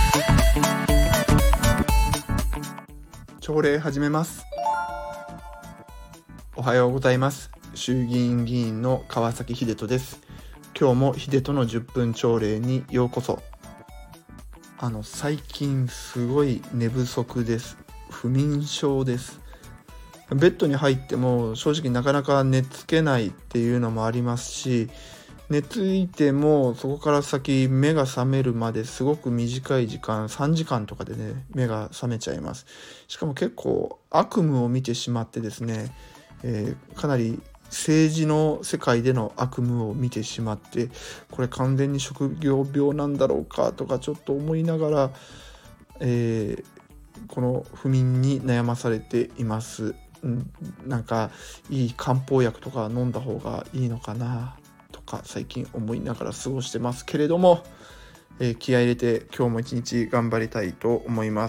朝礼始めます。おはようございます。衆議院議員の川崎秀人です。今日も秀人の10分朝礼にようこそ。最近すごい寝不足です。不眠症です。ベッドに入っても正直なかなか寝つけないっていうのもありますし、寝ついてもそこから先目が覚めるまですごく短い時間、3時間とかでね目が覚めちゃいます。しかも結構悪夢を見てしまってですね、かなり政治の世界での悪夢を見てしまって、これ完全に職業病なんだろうかとかちょっと思いながら、この不眠に悩まされています。なんかいい漢方薬とか飲んだ方がいいのかなとか最近思いながら過ごしてますけれども、気合い入れて今日も一日頑張りたいと思います。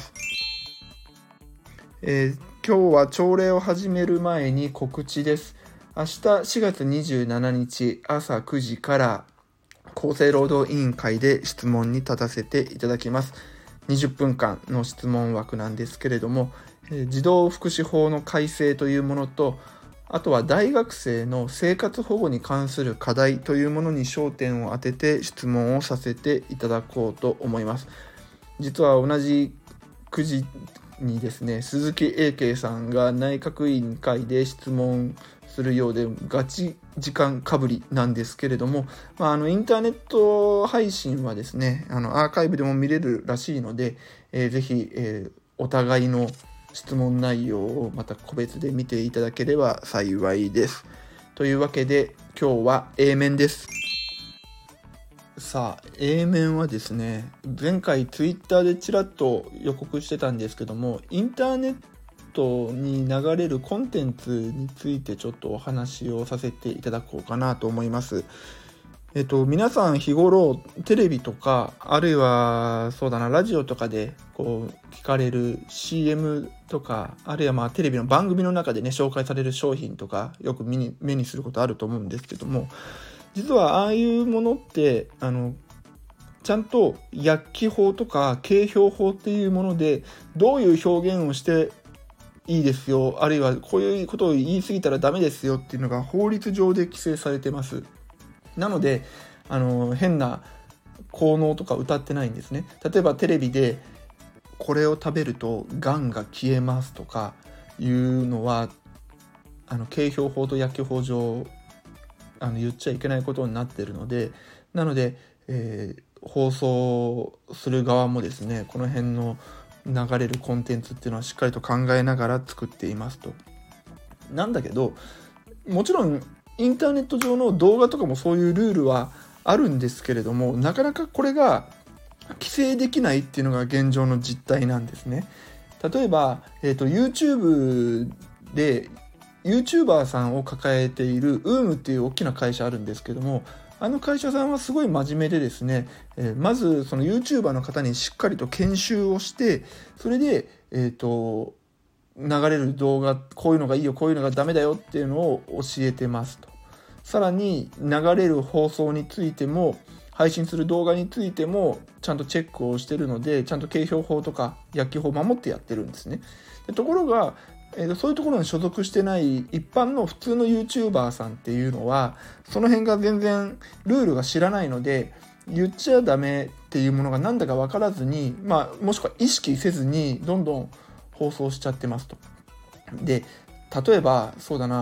今日は朝礼を始める前に告知です。明日4月27日朝9時から厚生労働委員会で質問に立たせていただきます。20分間の質問枠なんですけれども、児童福祉法の改正というものと、あとは大学生の生活保護に関する課題というものに焦点を当てて質問をさせていただこうと思います。実は同じ9時にですね、鈴木英慶さんが内閣委員会で質問するようでガチ時間かぶりなんですけれども、インターネット配信はですね、アーカイブでも見れるらしいので、ぜひ、お互いの質問内容をまた個別で見ていただければ幸いです。というわけで今日は A 面です。さあ A 面はですね、前回ツイッターでちらっと予告してたんですけども、インターネットに流れるコンテンツについてちょっとお話をさせていただこうかなと思います。皆さん日頃テレビとかあるいはラジオとかでこう聞かれる CM とか、あるいはテレビの番組の中でね紹介される商品とかよく目にすることあると思うんですけども、実はああいうものってちゃんと薬機法とか景標法っていうものでどういう表現をしていいですよ、あるいはこういうことを言い過ぎたらダメですよっていうのが法律上で規制されてます。なので変な効能とか謳ってないんですね。例えばテレビでこれを食べるとがんが消えますとかいうのは景標法と薬機法上言っちゃいけないことになっているので、なので、放送する側もですね、この辺の流れるコンテンツっていうのはしっかりと考えながら作っていますと。なんだけどもちろんインターネット上の動画とかもそういうルールはあるんですけれども、なかなかこれが規制できないっていうのが現状の実態なんですね。例えば、YouTube で YouTuber さんを抱えている UM っていう大きな会社あるんですけども、あの会社さんはすごい真面目でですね、まずその YouTuber の方にしっかりと研修をして、それで流れる動画こういうのがいいよこういうのがダメだよっていうのを教えてますと。さらに流れる放送についても配信する動画についてもちゃんとチェックをしてるので、ちゃんと景標法とか薬機法を守ってやってるんですね。ところが、そういうところに所属してない一般の普通の YouTuber さんっていうのはその辺が全然ルールが知らないので、言っちゃダメっていうものが何だか分からずに、もしくは意識せずにどんどん放送しちゃってますと。で例えば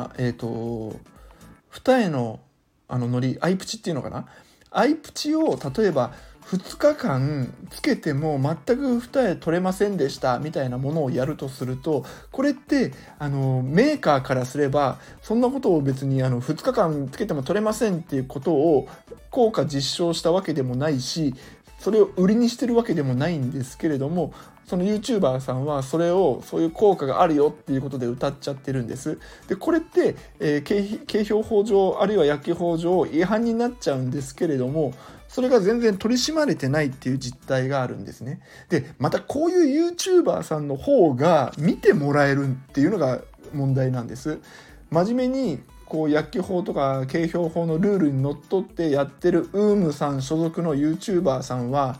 二重のノリ、アイプチっていうのかな、アイプチを例えば2日間つけても全く二重取れませんでしたみたいなものをやるとすると、これってメーカーからすればそんなことを別に2日間つけても取れませんっていうことを効果実証したわけでもないし、それを売りにしてるわけでもないんですけれども、その YouTuber さんはそれをそういう効果があるよっていうことで歌っちゃってるんです。でこれって、景標法上あるいは薬機法上違反になっちゃうんですけれども、それが全然取り締まれてないっていう実態があるんですね。でまたこういう YouTuber さんの方が見てもらえるっていうのが問題なんです。真面目にこう薬機法とか景標法のルールにのっとってやってるUMさん所属の YouTuber さんは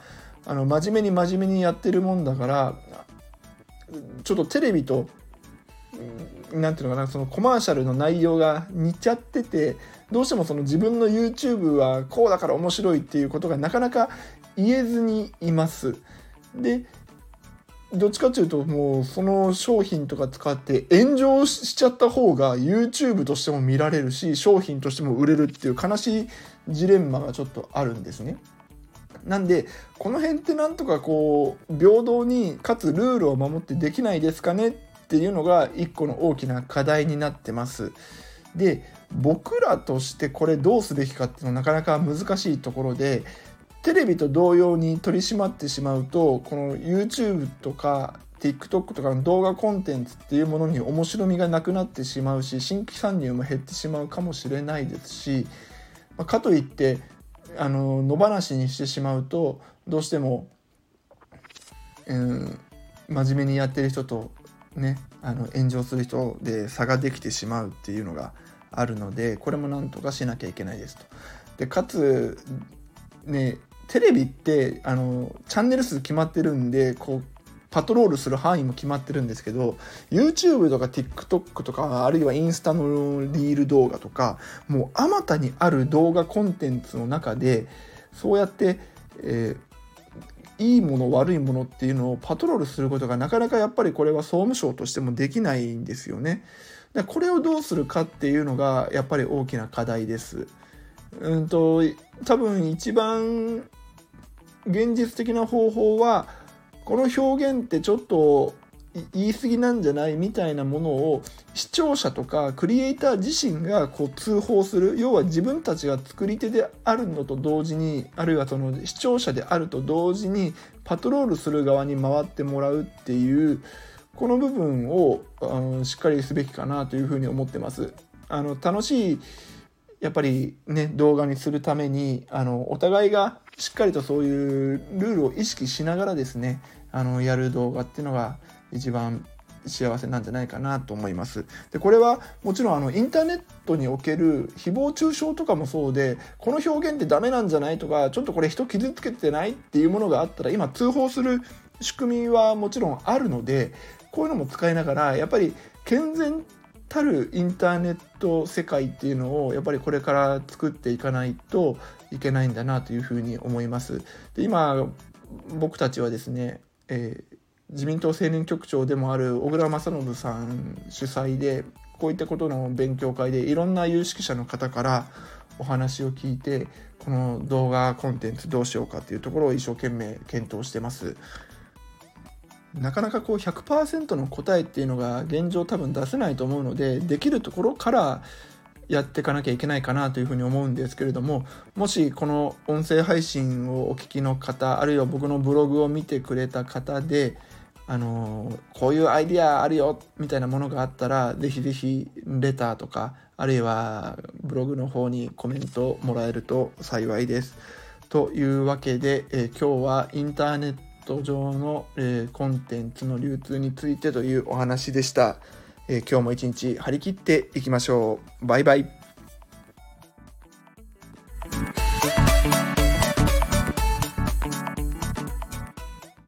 真面目にやってるもんだから、ちょっとテレビとなんていうのかな、そのコマーシャルの内容が似ちゃってて、どうしてもその自分の YouTube はこうだから面白いっていうことがなかなか言えずにいます。でどっちかというともうその商品とか使って炎上しちゃった方が YouTube としても見られるし、商品としても売れるっていう悲しいジレンマがちょっとあるんですね。なんでこの辺ってなんとかこう平等にかつルールを守ってできないですかねっていうのが一個の大きな課題になってます。で僕らとしてこれどうすべきかっていうのはなかなか難しいところで、テレビと同様に取り締まってしまうと、この YouTube とか TikTok とかの動画コンテンツっていうものに面白みがなくなってしまうし、新規参入も減ってしまうかもしれないですし、かといって野放しにしてしまうとどうしても、真面目にやってる人とね炎上する人で差ができてしまうっていうのがあるので、これもなんとかしなきゃいけないですと。でかつね、テレビってチャンネル数決まってるんで、こうパトロールする範囲も決まってるんですけど、 YouTube とか TikTok とかあるいはインスタのリール動画とか、もうあまたにある動画コンテンツの中でそうやって、いいもの悪いものっていうのをパトロールすることがなかなかやっぱりこれは総務省としてもできないんですよね。でこれをどうするかっていうのがやっぱり大きな課題です。多分一番現実的な方法は、この表現ってちょっと言い過ぎなんじゃないみたいなものを視聴者とかクリエイター自身がこう通報する。要は自分たちが作り手であるのと同時に、あるいはその視聴者であると同時にパトロールする側に回ってもらうっていう、この部分をしっかりすべきかなというふうに思ってます。楽しいやっぱりね動画にするためにお互いがしっかりとそういうルールを意識しながらですねやる動画っていうのが一番幸せなんじゃないかなと思います。でこれはもちろんインターネットにおける誹謗中傷とかもそうで、この表現ってダメなんじゃないとか、ちょっとこれ人傷つけてないっていうものがあったら今通報する仕組みはもちろんあるので、こういうのも使いながらやっぱり健全たるインターネット世界っていうのをやっぱりこれから作っていかないといけないんだなというふうに思います。で今僕たちはですね、自民党青年局長でもある小倉正信さん主催でこういったことの勉強会でいろんな有識者の方からお話を聞いて、この動画コンテンツどうしようかっていうところを一生懸命検討してます。なかなかこう 100% の答えっていうのが現状多分出せないと思うので、できるところからやっていかなきゃいけないかなというふうに思うんですけれども、もしこの音声配信をお聞きの方、あるいは僕のブログを見てくれた方でこういうアイディアあるよみたいなものがあったら、ぜひぜひレターとかあるいはブログの方にコメントもらえると幸いです。というわけで、今日はインターネット上の、コンテンツの流通についてというお話でした。今日も一日張り切っていきましょう。バイバイ。